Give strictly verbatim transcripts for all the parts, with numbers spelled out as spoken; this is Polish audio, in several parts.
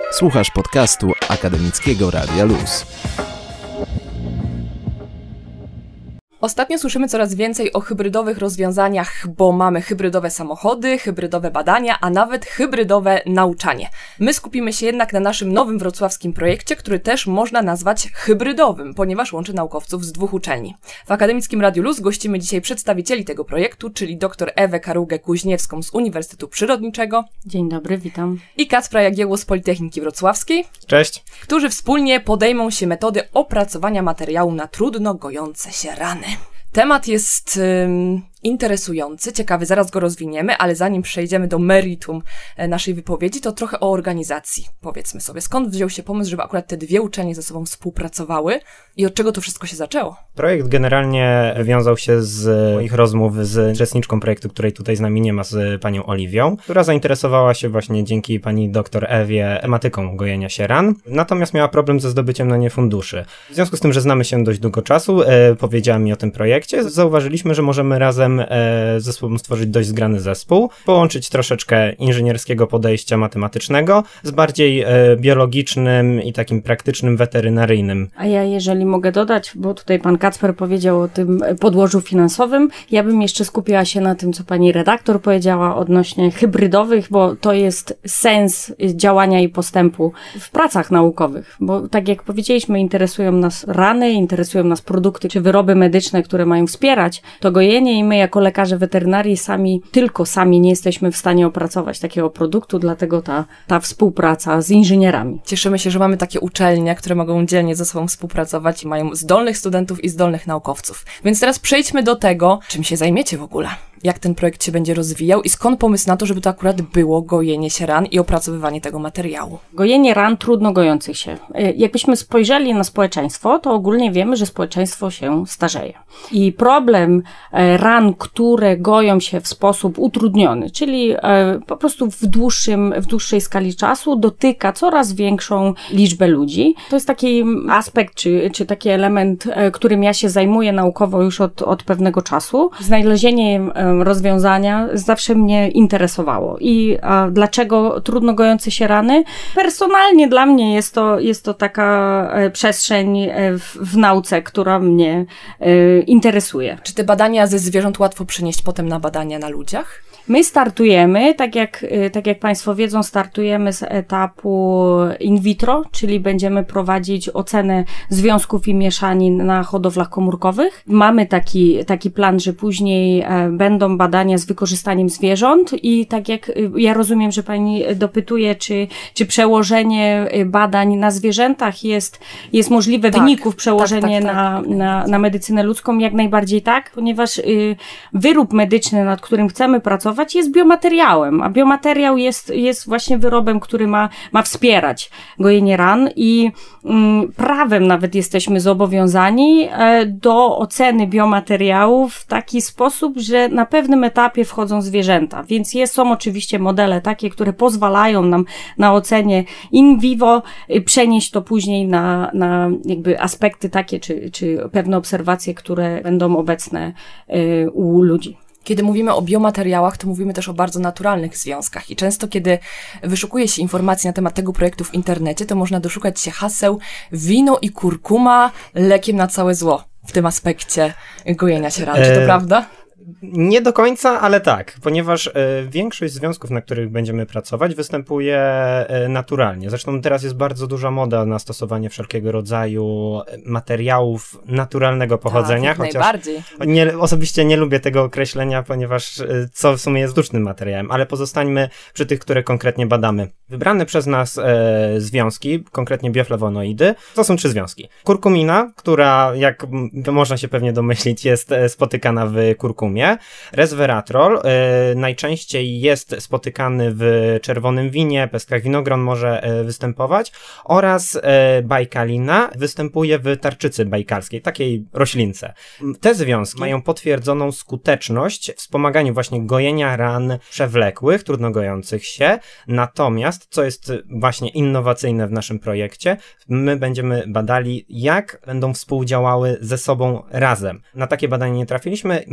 Słuchasz podcastu Akademickiego Radia Luz. Ostatnio słyszymy coraz więcej o hybrydowych rozwiązaniach, bo mamy hybrydowe samochody, hybrydowe badania, a nawet hybrydowe nauczanie. My skupimy się jednak na naszym nowym wrocławskim projekcie, który też można nazwać hybrydowym, ponieważ łączy naukowców z dwóch uczelni. W Akademickim Radiu Luz gościmy dzisiaj przedstawicieli tego projektu, czyli dr Ewę Karugę-Kuźniewską z Uniwersytetu Przyrodniczego. Dzień dobry, witam. I Kacpra Jagiełło z Politechniki Wrocławskiej. Cześć. Którzy wspólnie podejmą się metody opracowania materiału na trudno gojące się rany. Temat jest ym, interesujący, ciekawy, zaraz go rozwiniemy, ale zanim przejdziemy do meritum e, naszej wypowiedzi, to trochę o organizacji. Powiedzmy sobie, skąd wziął się pomysł, żeby akurat te dwie uczelnie ze sobą współpracowały i od czego to wszystko się zaczęło? Projekt generalnie wiązał się z moich rozmów z uczestniczką projektu, której tutaj z nami nie ma, z panią Oliwią, która zainteresowała się właśnie dzięki pani doktor Ewie tematyką gojenia się ran, natomiast miała problem ze zdobyciem na nie funduszy. W związku z tym, że znamy się dość długo czasu, e, powiedziała mi o tym projekcie, zauważyliśmy, że możemy razem ze sobą stworzyć dość zgrany zespół, połączyć troszeczkę inżynierskiego podejścia matematycznego z bardziej biologicznym i takim praktycznym, weterynaryjnym. A ja, jeżeli mogę dodać, bo tutaj pan Kacper powiedział o tym podłożu finansowym, ja bym jeszcze skupiła się na tym, co pani redaktor powiedziała odnośnie hybrydowych, bo to jest sens działania i postępu w pracach naukowych, bo tak jak powiedzieliśmy, interesują nas rany, interesują nas produkty czy wyroby medyczne, które mają wspierać to gojenie i my jako lekarze weterynarii sami, tylko sami nie jesteśmy w stanie opracować takiego produktu, dlatego ta, ta współpraca z inżynierami. Cieszymy się, że mamy takie uczelnie, które mogą dzielnie ze sobą współpracować i mają zdolnych studentów i zdolnych naukowców. Więc teraz przejdźmy do tego, czym się zajmiecie w ogóle. Jak ten projekt się będzie rozwijał i skąd pomysł na to, żeby to akurat było gojenie się ran i opracowywanie tego materiału? Gojenie ran trudno gojących się. Jakbyśmy spojrzeli na społeczeństwo, to ogólnie wiemy, że społeczeństwo się starzeje. I problem ran, które goją się w sposób utrudniony, czyli po prostu w dłuższym, w dłuższej skali czasu dotyka coraz większą liczbę ludzi. To jest taki aspekt, czy, czy taki element, którym ja się zajmuję naukowo już od, od pewnego czasu. Znalezienie rozwiązania zawsze mnie interesowało. I a, dlaczego trudno gojące się rany? Personalnie dla mnie jest to, jest to taka e, przestrzeń e, w, w nauce, która mnie e, interesuje. Czy te badania ze zwierząt łatwo przenieść potem na badania na ludziach? My startujemy, tak jak, tak jak Państwo wiedzą, startujemy z etapu in vitro, czyli będziemy prowadzić ocenę związków i mieszanin na hodowlach komórkowych. Mamy taki, taki plan, że później będą badania z wykorzystaniem zwierząt i tak jak ja rozumiem, że Pani dopytuje, czy, czy przełożenie badań na zwierzętach jest, jest możliwe, tak, wyników przełożenie tak, tak, tak. Na, na, na medycynę ludzką, jak najbardziej tak, ponieważ wyrób medyczny, nad którym chcemy pracować, jest biomateriałem, a biomateriał jest, jest właśnie wyrobem, który ma, ma wspierać gojenie ran i mm, prawem nawet jesteśmy zobowiązani e, do oceny biomateriału w taki sposób, że na pewnym etapie wchodzą zwierzęta, więc jest, są oczywiście modele takie, które pozwalają nam na ocenie in vivo y, przenieść to później na, na jakby aspekty takie, czy, czy pewne obserwacje, które będą obecne y, u ludzi. Kiedy mówimy o biomateriałach, to mówimy też o bardzo naturalnych związkach i często kiedy wyszukuje się informacji na temat tego projektu w internecie, to można doszukać się haseł wino i kurkuma lekiem na całe zło w tym aspekcie gojenia się ran. Czy to e... prawda? Nie do końca, ale tak, ponieważ y, większość związków, na których będziemy pracować, występuje y, naturalnie. Zresztą teraz jest bardzo duża moda na stosowanie wszelkiego rodzaju materiałów naturalnego pochodzenia. Tak, chociaż najbardziej. Nie, osobiście nie lubię tego określenia, ponieważ y, co w sumie jest sztucznym materiałem, ale pozostańmy przy tych, które konkretnie badamy. Wybrane przez nas y, związki, konkretnie bioflawonoidy, to są trzy związki. Kurkumina, która, jak m- można się pewnie domyślić, jest y, spotykana w kurkumie. Resveratrol y, najczęściej jest spotykany w czerwonym winie, pestkach winogron może y, występować oraz y, bajkalina występuje w tarczycy bajkalskiej, takiej roślince. Te związki mają potwierdzoną skuteczność w wspomaganiu właśnie gojenia ran przewlekłych, trudno gojących się, natomiast co jest właśnie innowacyjne w naszym projekcie, my będziemy badali, jak będą współdziałały ze sobą razem. Na takie badanie nie trafiliśmy, mamy nadzieję,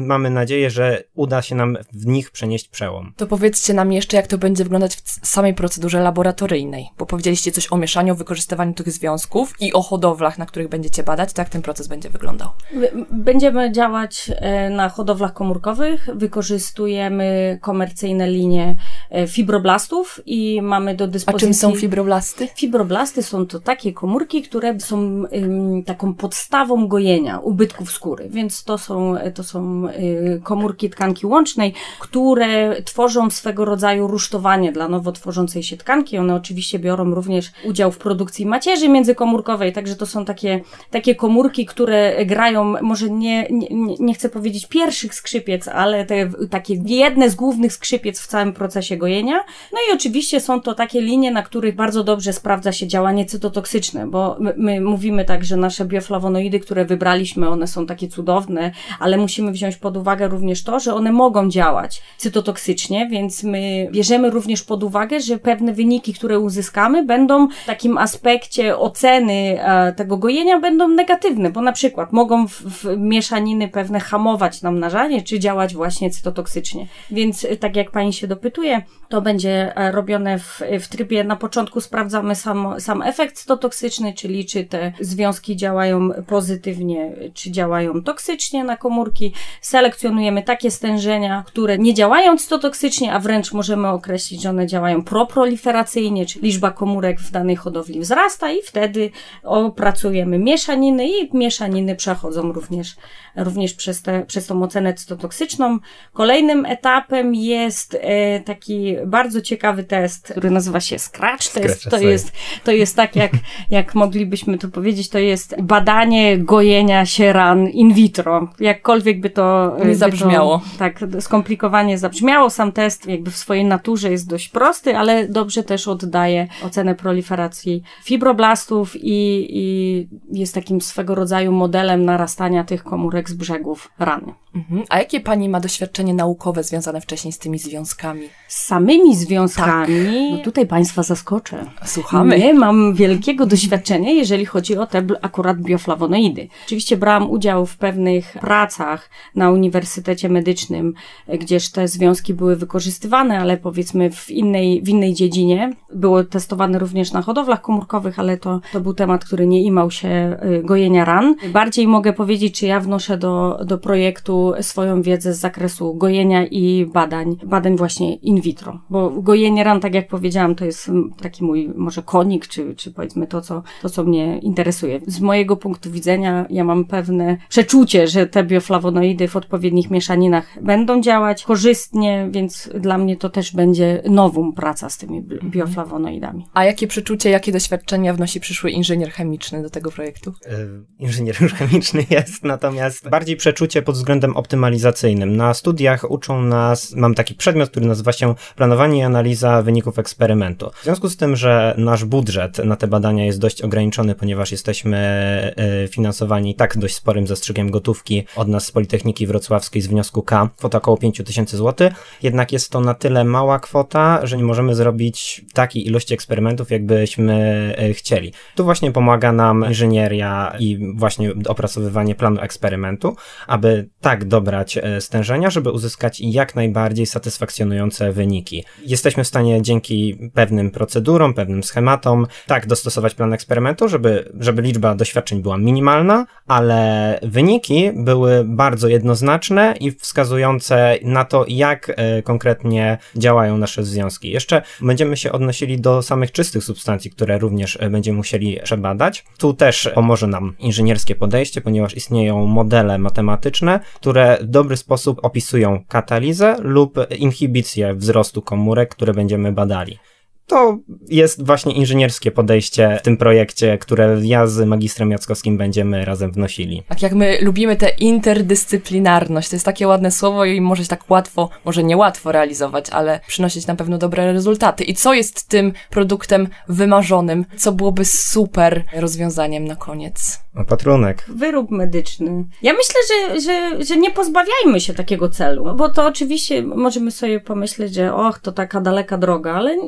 nadzieję, że uda się nam w nich przenieść przełom. To powiedzcie nam jeszcze, jak to będzie wyglądać w samej procedurze laboratoryjnej, bo powiedzieliście coś o mieszaniu, wykorzystywaniu tych związków i o hodowlach, na których będziecie badać, to jak ten proces będzie wyglądał? Będziemy działać na hodowlach komórkowych, wykorzystujemy komercyjne linie fibroblastów i mamy do dyspozycji... A czym są fibroblasty? Fibroblasty są to takie komórki, które są ym, taką podstawą gojenia ubytków skóry, więc to są, to są y, komórki tkanki łącznej, które tworzą swego rodzaju rusztowanie dla nowo tworzącej się tkanki. One oczywiście biorą również udział w produkcji macierzy międzykomórkowej, także to są takie, takie komórki, które grają, może nie, nie, nie chcę powiedzieć pierwszych skrzypiec, ale te takie jedne z głównych skrzypiec w całym procesie gojenia. No i oczywiście są to takie linie, na których bardzo dobrze sprawdza się działanie cytotoksyczne, bo my, my mówimy tak, że nasze bioflawonoidy, które wybraliśmy, one są takie cudowne, ale musimy wziąć pod uwagę również to, że one mogą działać cytotoksycznie, więc my bierzemy również pod uwagę, że pewne wyniki, które uzyskamy, będą w takim aspekcie oceny e, tego gojenia będą negatywne, bo na przykład mogą w, w mieszaniny pewne hamować nam narzanie, czy działać właśnie cytotoksycznie. Więc tak jak pani się dopytuje, to będzie robione w, w trybie, na początku sprawdzamy sam, sam efekt cytotoksyczny, czyli czy te związki działają pozytywnie, czy działają toksycznie na komórki. Selekcjonujemy takie stężenia, które nie działają cytotoksycznie, a wręcz możemy określić, że one działają proproliferacyjnie, czyli liczba komórek w danej hodowli wzrasta i wtedy opracujemy mieszaniny i mieszaniny przechodzą również, również przez, te, przez tą ocenę cytotoksyczną. Kolejnym etapem jest e, taki bardzo ciekawy test, który nazywa się Scratch Test. To jest, to jest tak, jak, jak moglibyśmy tu powiedzieć, to jest badanie gojenia się ran in vitro. Jakkolwiek by to... Nie zabrzmiało. To, tak, skomplikowanie zabrzmiało. Sam test jakby w swojej naturze jest dość prosty, ale dobrze też oddaje ocenę proliferacji fibroblastów i, i jest takim swego rodzaju modelem narastania tych komórek z brzegów rany. Mhm. A jakie pani ma doświadczenie naukowe związane wcześniej z tymi związkami? Z samymi związkami? Tak. No tutaj państwa zaskoczę. Słuchamy. Nie mam wielkiego doświadczenia, jeżeli chodzi o te akurat bioflawonoidy. Oczywiście brałam udział w pewnych pracach na Uniwersytecie Medycznym, gdzież te związki były wykorzystywane, ale powiedzmy w innej, w innej dziedzinie. Było testowane również na hodowlach komórkowych, ale to, to był temat, który nie imał się gojenia ran. Bardziej mogę powiedzieć, czy ja wnoszę do, do projektu swoją wiedzę z zakresu gojenia i badań, badań właśnie in vitro, bo gojenie ran, tak jak powiedziałam, to jest taki mój może konik, czy, czy powiedzmy to co, to, co mnie interesuje. Z mojego punktu widzenia ja mam pewne przeczucie, że te bioflawonoidy w odpowiednich mieszaninach będą działać korzystnie, więc dla mnie to też będzie nowum praca z tymi bioflawonoidami. A jakie przeczucie, jakie doświadczenia wnosi przyszły inżynier chemiczny do tego projektu? Yy, inżynier już chemiczny jest, natomiast bardziej przeczucie pod względem optymalizacyjnym. Na studiach uczą nas, mam taki przedmiot, który nazywa się planowanie i analiza wyników eksperymentu. W związku z tym, że nasz budżet na te badania jest dość ograniczony, ponieważ jesteśmy y, finansowani tak dość sporym zastrzykiem gotówki od nas z Politechniki Wrocławskiej z wniosku K, kwota około pięć tysięcy złotych, jednak jest to na tyle mała kwota, że nie możemy zrobić takiej ilości eksperymentów, jakbyśmy y, chcieli. Tu właśnie pomaga nam inżynieria i właśnie opracowywanie planu eksperymentu, aby tak dobrać y, stężenia, żeby uzyskać jak najbardziej satysfakcjonujące wyniki. Jesteśmy w stanie dzięki pewnym procedurom, pewnym schematom tak dostosować plan eksperymentu, żeby, żeby liczba doświadczeń była minimalna, ale wyniki były bardzo jednoznaczne i wskazujące na to, jak y, konkretnie działają nasze związki. Jeszcze będziemy się odnosili do samych czystych substancji, które również y, będziemy musieli przebadać. Tu też pomoże nam inżynierskie podejście, ponieważ istnieją modele matematyczne, które w dobry sposób opisują katalizę lub inhibicję wzrostu komórek, które będziemy badali. To jest właśnie inżynierskie podejście w tym projekcie, które ja z magistrem Jackowskim będziemy razem wnosili. Tak jak my lubimy tę interdyscyplinarność, to jest takie ładne słowo i może się tak łatwo, może nie łatwo realizować, ale przynosić na pewno dobre rezultaty. I co jest tym produktem wymarzonym, co byłoby super rozwiązaniem na koniec? Opatrunek. Wyrób medyczny. Ja myślę, że, że, że nie pozbawiajmy się takiego celu, bo to oczywiście możemy sobie pomyśleć, że och, to taka daleka droga, ale niech to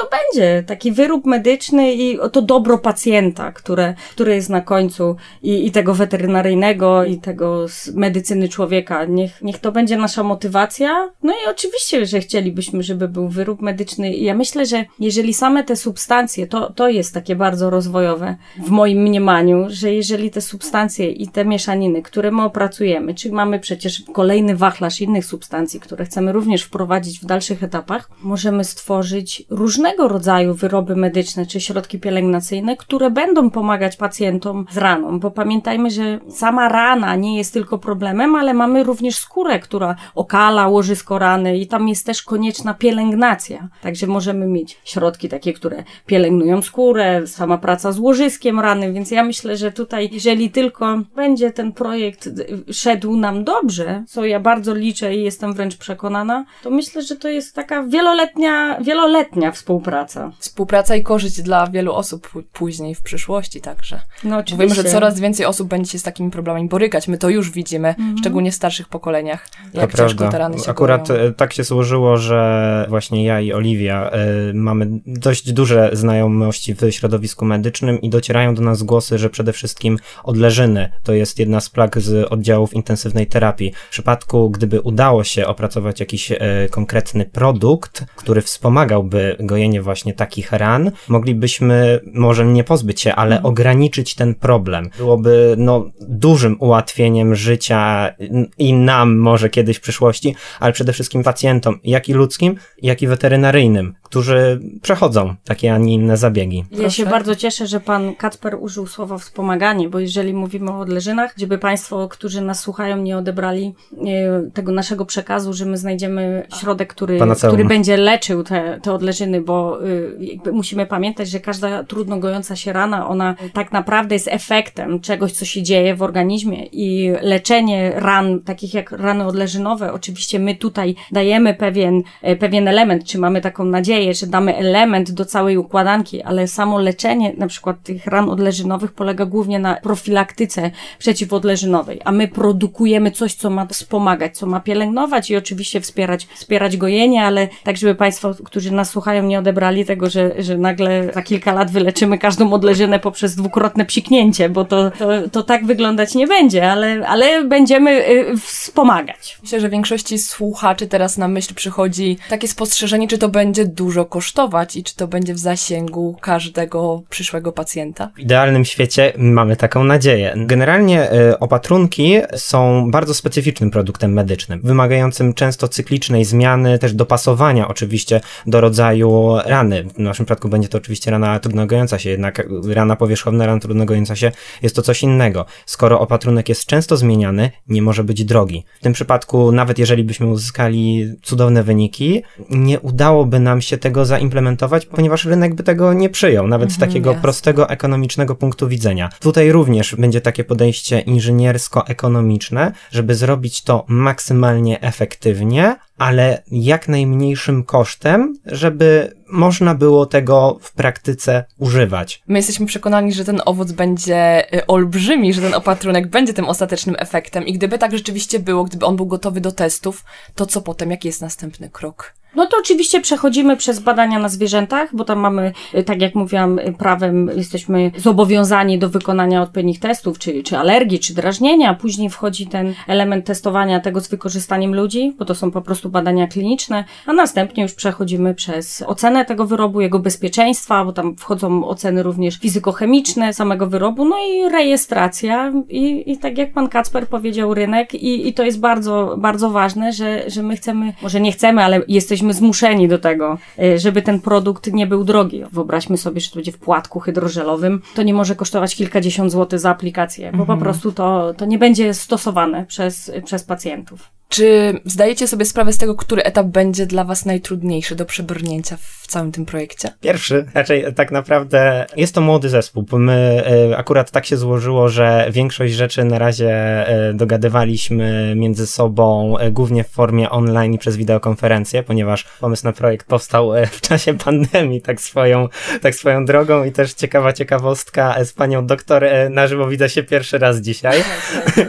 będzie taki wyrób medyczny i to dobro pacjenta, które, które jest na końcu i, i tego weterynaryjnego i tego z medycyny człowieka. Niech, niech to będzie nasza motywacja. No i oczywiście, że chcielibyśmy, żeby był wyrób medyczny. I ja myślę, że jeżeli same te substancje, to, to jest takie bardzo rozwojowe w moim mniemaniu, że jeżeli te substancje i te mieszaniny, które my opracujemy, czyli mamy przecież kolejny wachlarz innych substancji, które chcemy również wprowadzić w dalszych etapach, możemy stworzyć różnego rodzaju wyroby medyczne czy środki pielęgnacyjne, które będą pomagać pacjentom z raną, bo pamiętajmy, że sama rana nie jest tylko problemem, ale mamy również skórę, która okala łożysko rany i tam jest też konieczna pielęgnacja. Także możemy mieć środki takie, które pielęgnują skórę, sama praca z łożyskiem rany, więc ja myślę, że tutaj, jeżeli tylko będzie ten projekt szedł nam dobrze, co ja bardzo liczę i jestem wręcz przekonana, to myślę, że to jest taka wieloletnia, wieloletnia współpraca. Współpraca i korzyść dla wielu osób później, w przyszłości także. No oczywiście. Mówimy, że coraz więcej osób będzie się z takimi problemami borykać. My to już widzimy, mhm. szczególnie w starszych pokoleniach, jak to ciężko prawda. te rany się Akurat boją. Tak się złożyło, że właśnie ja i Oliwia y, mamy dość duże znajomości w środowisku medycznym i docierają do nas głosy, że przede wszystkim odleżyny to jest jedna z plag z oddziałów intensywnej terapii. W przypadku, gdyby udało się opracować jakiś y, konkretny produkt, który wspomagałby gojenie właśnie takich ran, moglibyśmy może nie pozbyć się, ale mhm. ograniczyć ten problem. Byłoby no, dużym ułatwieniem życia i nam może kiedyś w przyszłości, ale przede wszystkim pacjentom, jak i ludzkim, jak i weterynaryjnym, którzy przechodzą takie, a nie inne zabiegi. Ja Proszę. się bardzo cieszę, że pan Kacper użył słowa wspomaganie, bo jeżeli mówimy o odleżynach, żeby państwo, którzy nas słuchają, nie odebrali e, tego naszego przekazu, że my znajdziemy środek, który, który będzie leczył te, te odleżyny, bo e, jakby musimy pamiętać, że każda trudno gojąca się rana, ona tak naprawdę jest efektem czegoś, co się dzieje w organizmie i leczenie ran, takich jak rany odleżynowe, oczywiście my tutaj dajemy pewien, e, pewien element, czy mamy taką nadzieję, że damy element do całej układanki, ale samo leczenie na przykład tych ran odleżynowych polega głównie na profilaktyce przeciwodleżynowej, a my produkujemy coś, co ma wspomagać, co ma pielęgnować i oczywiście wspierać, wspierać gojenie, ale tak, żeby państwo, którzy nas słuchają, nie odebrali tego, że, że nagle za kilka lat wyleczymy każdą odleżynę poprzez dwukrotne psiknięcie, bo to, to, to tak wyglądać nie będzie, ale, ale będziemy y, wspomagać. Myślę, że większości słuchaczy teraz na myśl przychodzi takie spostrzeżenie, czy to będzie dużo kosztować i czy to będzie w zasięgu każdego przyszłego pacjenta. W idealnym świecie mamy taką nadzieję. Generalnie y, opatrunki są bardzo specyficznym produktem medycznym, wymagającym często cyklicznej zmiany, też dopasowania oczywiście do rodzaju rany. W naszym przypadku będzie to oczywiście rana trudno gojąca się, jednak rana powierzchowna, rana trudno gojąca się jest to coś innego. Skoro opatrunek jest często zmieniany, nie może być drogi. W tym przypadku, nawet jeżeli byśmy uzyskali cudowne wyniki, nie udałoby nam się tego zaimplementować, ponieważ rynek by tego nie przyjął, nawet z Mhm, takiego jasne. prostego, ekonomicznego punktu widzenia. Tutaj również będzie takie podejście inżyniersko-ekonomiczne, żeby zrobić to maksymalnie efektywnie, ale jak najmniejszym kosztem, żeby można było tego w praktyce używać. My jesteśmy przekonani, że ten owoc będzie y, olbrzymi, że ten opatrunek będzie tym ostatecznym efektem i gdyby tak rzeczywiście było, gdyby on był gotowy do testów, to co potem? Jaki jest następny krok? No to oczywiście przechodzimy przez badania na zwierzętach, bo tam mamy, tak jak mówiłam, prawem jesteśmy zobowiązani do wykonania odpowiednich testów, czy, czy alergii, czy drażnienia. Później wchodzi ten element testowania tego z wykorzystaniem ludzi, bo to są po prostu badania kliniczne, a następnie już przechodzimy przez ocenę tego wyrobu, jego bezpieczeństwa, bo tam wchodzą oceny również fizykochemiczne samego wyrobu, no i rejestracja i, i tak jak pan Kacper powiedział, rynek i, i to jest bardzo, bardzo ważne, że, że my chcemy, może nie chcemy, ale jesteśmy zmuszeni do tego, żeby ten produkt nie był drogi. Wyobraźmy sobie, że to będzie w płatku hydrożelowym, to nie może kosztować kilkadziesiąt złotych za aplikację, bo Mhm. po prostu to, to nie będzie stosowane przez, przez pacjentów. Czy zdajecie sobie sprawę z tego, który etap będzie dla was najtrudniejszy do przebrnięcia w całym tym projekcie? Pierwszy, raczej tak naprawdę jest to młody zespół. My e, akurat tak się złożyło, że większość rzeczy na razie e, dogadywaliśmy między sobą e, głównie w formie online i przez wideokonferencję, ponieważ pomysł na projekt powstał e, w czasie pandemii tak swoją, tak swoją drogą i też ciekawa ciekawostka, e, z panią doktor e, na żywo widzę się pierwszy raz dzisiaj.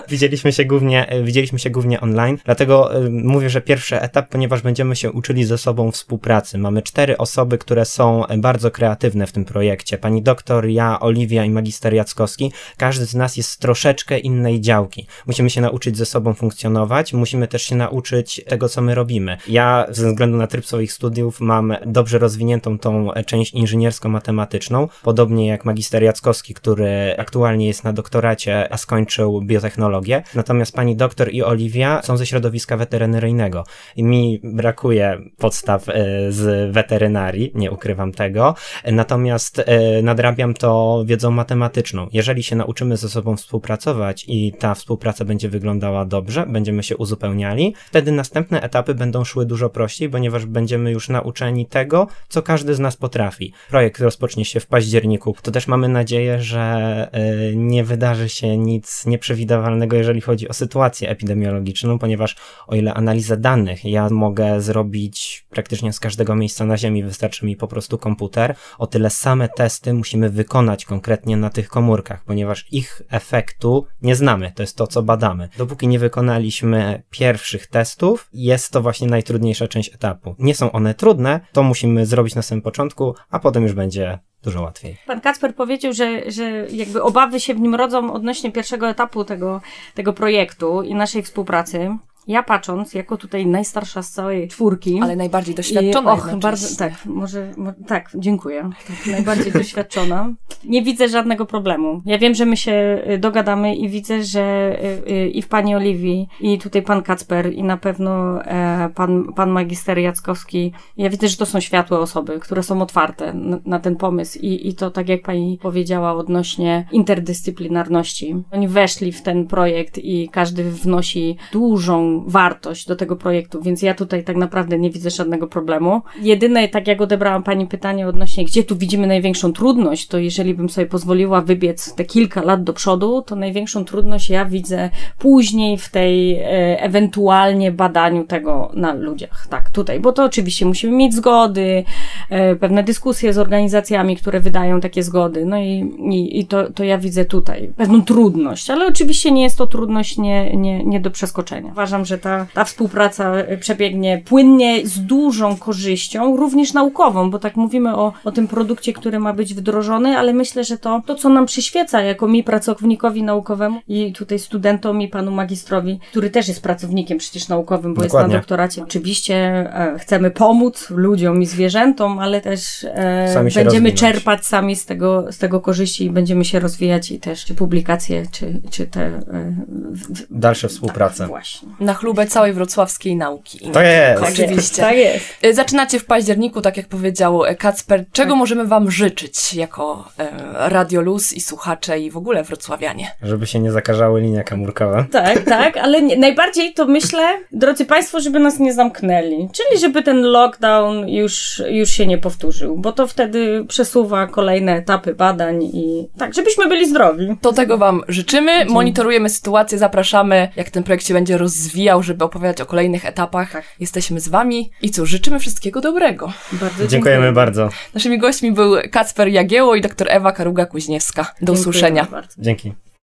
widzieliśmy się głównie, widzieliśmy się głównie online, dlatego y, mówię, że pierwszy etap, ponieważ będziemy się uczyli ze sobą współpracy. Mamy cztery osoby, które są bardzo kreatywne w tym projekcie. Pani doktor, ja, Oliwia i magister Jackowski. Każdy z nas jest z troszeczkę innej działki. Musimy się nauczyć ze sobą funkcjonować, musimy też się nauczyć tego, co my robimy. Ja ze względu na tryb swoich studiów mam dobrze rozwiniętą tą część inżyniersko-matematyczną, podobnie jak magister Jackowski, który aktualnie jest na doktoracie, a skończył biotechnologię. Natomiast pani doktor i Oliwia są ze środowiska weterynaryjnego. I mi brakuje podstaw z weterynarii, nie ukrywam tego. Natomiast nadrabiam to wiedzą matematyczną. Jeżeli się nauczymy ze sobą współpracować i ta współpraca będzie wyglądała dobrze, będziemy się uzupełniali, wtedy następne etapy będą szły dużo prościej, ponieważ będziemy już nauczeni tego, co każdy z nas potrafi. Projekt rozpocznie się w październiku. To też mamy nadzieję, że y, nie wydarzy się nic nieprzewidywalnego, jeżeli chodzi o sytuację epidemiologiczną, ponieważ o ile analizę danych ja mogę zrobić praktycznie z każdego miejsca na Ziemi, wystarczy mi po prostu komputer, o tyle same testy musimy wykonać konkretnie na tych komórkach, ponieważ ich efektu nie znamy. To jest to, co badamy. Dopóki nie wykonaliśmy pierwszych testów, jest to właśnie najtrudniejsza część etapu. Nie są one trudne, to musimy zrobić na samym początku, a potem już będzie dużo łatwiej. Pan Kacper powiedział, że, że jakby obawy się w nim rodzą odnośnie pierwszego etapu tego, tego projektu i naszej współpracy. Ja patrząc, jako tutaj najstarsza z całej czwórki. Ale najbardziej doświadczona. I, och, bardzo, tak, może, mo, tak, dziękuję. Tak, najbardziej doświadczona. Nie widzę żadnego problemu. Ja wiem, że my się dogadamy i widzę, że i w pani Oliwii, i tutaj pan Kacper, i na pewno e, pan, pan magister Jackowski. Ja widzę, że to są światłe osoby, które są otwarte na, na ten pomysł i, i to tak jak pani powiedziała odnośnie interdyscyplinarności. Oni weszli w ten projekt i każdy wnosi dużą wartość do tego projektu, więc ja tutaj tak naprawdę nie widzę żadnego problemu. Jedyne, tak jak odebrałam pani pytanie odnośnie, gdzie tu widzimy największą trudność, to jeżeli bym sobie pozwoliła wybiec te kilka lat do przodu, to największą trudność ja widzę później w tej e, ewentualnie badaniu tego na ludziach. Tak, tutaj, bo to oczywiście musimy mieć zgody, e, pewne dyskusje z organizacjami, które wydają takie zgody, no i, i, i to, to ja widzę tutaj pewną trudność, ale oczywiście nie jest to trudność nie, nie, nie do przeskoczenia. Uważam, że ta, ta współpraca przebiegnie płynnie z dużą korzyścią, również naukową, bo tak mówimy o, o tym produkcie, który ma być wdrożony, ale myślę, że to, to, co nam przyświeca jako mi pracownikowi naukowemu i tutaj studentom i panu magistrowi, który też jest pracownikiem przecież naukowym, bo Dokładnie. Jest na doktoracie. Oczywiście e, chcemy pomóc ludziom i zwierzętom, ale też e, będziemy rozwijać. czerpać sami z tego, z tego korzyści i będziemy się rozwijać i też czy publikacje, czy, czy te e, w, dalsze współprace. Tak, właśnie. Na chlubę całej wrocławskiej nauki. To jest. Oczywiście. Tak jest. Zaczynacie w październiku, tak jak powiedział Kacper. Czego tak. możemy wam życzyć jako e, Radio Luz i słuchacze i w ogóle wrocławianie? Żeby się nie zakażały linie komórkowe. Tak, tak, ale nie, najbardziej to myślę, drodzy państwo, żeby nas nie zamknęli. Czyli żeby ten lockdown już, już się nie powtórzył, bo to wtedy przesuwa kolejne etapy badań i tak, żebyśmy byli zdrowi. To tego wam życzymy. Dzień. Monitorujemy sytuację, zapraszamy, jak ten projekt się będzie rozwijał, żeby opowiadać o kolejnych etapach. Tak. Jesteśmy z wami i cóż, życzymy wszystkiego dobrego. Bardzo dziękujemy. Dziękujemy bardzo. Naszymi gośćmi był Kacper Jagieło i dr Ewa Karuga-Kuźniewska. Do Dziękujemy usłyszenia. Bardzo. Dzięki.